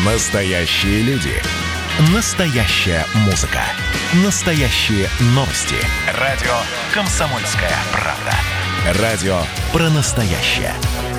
Настоящие люди. Настоящая музыка. Настоящие новости. Радио «Комсомольская правда». Радио про настоящее.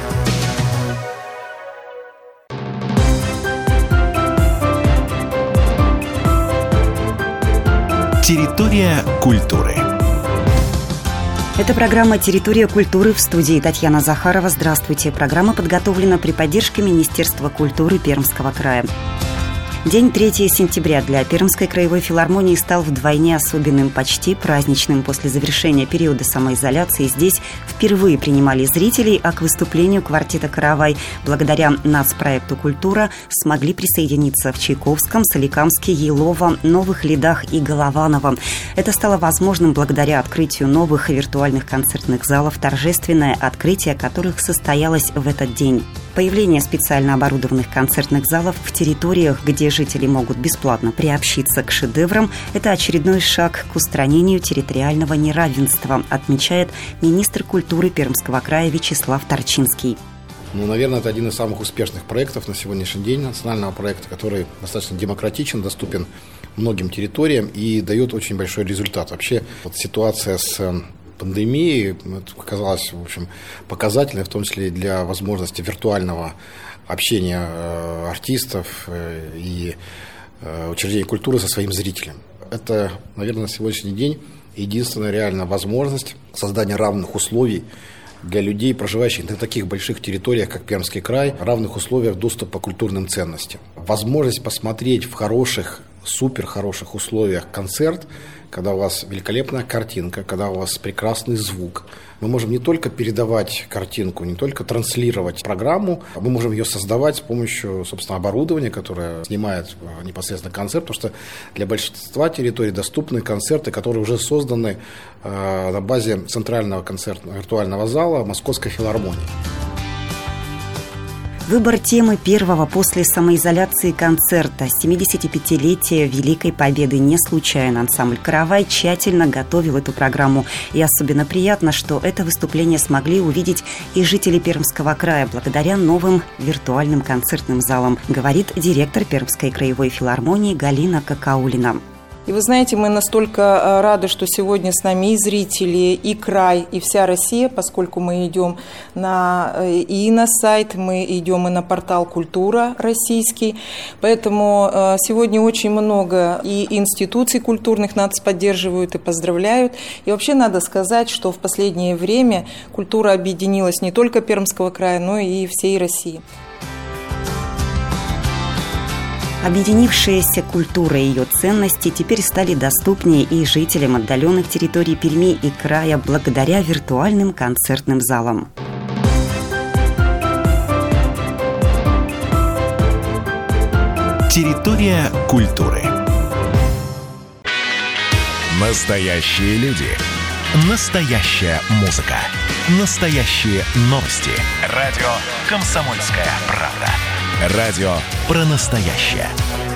Территория культуры. Это программа «Территория культуры», в студии Татьяна Захарова. Здравствуйте. Программа подготовлена при поддержке Министерства культуры Пермского края. День 3 сентября для Пермской краевой филармонии стал вдвойне особенным, почти праздничным. После завершения периода самоизоляции здесь впервые принимали зрителей, а к выступлению квартета «Каравай» благодаря нацпроекту «Культура» смогли присоединиться в Чайковском, Соликамске, Елово, Новых Лидах и Голованово. Это стало возможным благодаря открытию новых виртуальных концертных залов, торжественное открытие которых состоялось в этот день. Появление специально оборудованных концертных залов в территориях, где жители могут бесплатно приобщиться к шедеврам, это очередной шаг к устранению территориального неравенства, отмечает министр культуры Пермского края Вячеслав Торчинский. Наверное, это один из самых успешных проектов на сегодняшний день, национального проекта, который достаточно демократичен, доступен многим территориям и дает очень большой результат. Вообще, ситуация с пандемии оказалась, в общем, показательной, в том числе и для возможности виртуального общения артистов и учреждений культуры со своим зрителем. Это, наверное, на сегодняшний день единственная реальная возможность создания равных условий для людей, проживающих на таких больших территориях, как Пермский край, равных условиях доступа к культурным ценностям. Возможность посмотреть в хороших, супер хороших условиях концерт, когда у вас великолепная картинка, когда у вас прекрасный звук. Мы можем не только передавать картинку, не только транслировать программу, мы можем ее создавать с помощью, собственно, оборудования, которое снимает непосредственно концерт, потому что для большинства территорий доступны концерты, которые уже созданы на базе центрального концертного виртуального зала Московской филармонии. Выбор темы первого после самоизоляции концерта 75-летия Великой Победы не случайно. Ансамбль «Каравай» тщательно готовил эту программу. И особенно приятно, что это выступление смогли увидеть и жители Пермского края благодаря новым виртуальным концертным залам, говорит директор Пермской краевой филармонии Галина Какаулина. И вы знаете, мы настолько рады, что сегодня с нами и зрители, и край, и вся Россия, поскольку мы идем и на сайт, мы идем и на портал «Культура» российский. Поэтому сегодня очень много и институций культурных нас поддерживают и поздравляют. И вообще надо сказать, что в последнее время культура объединилась не только Пермского края, но и всей России. Объединившаяся культура и ее ценности теперь стали доступнее и жителям отдаленных территорий Перми и края благодаря виртуальным концертным залам. Территория культуры. Настоящие люди. Настоящая музыка. Настоящие новости. Радио «Комсомольская правда». Радио про настоящее.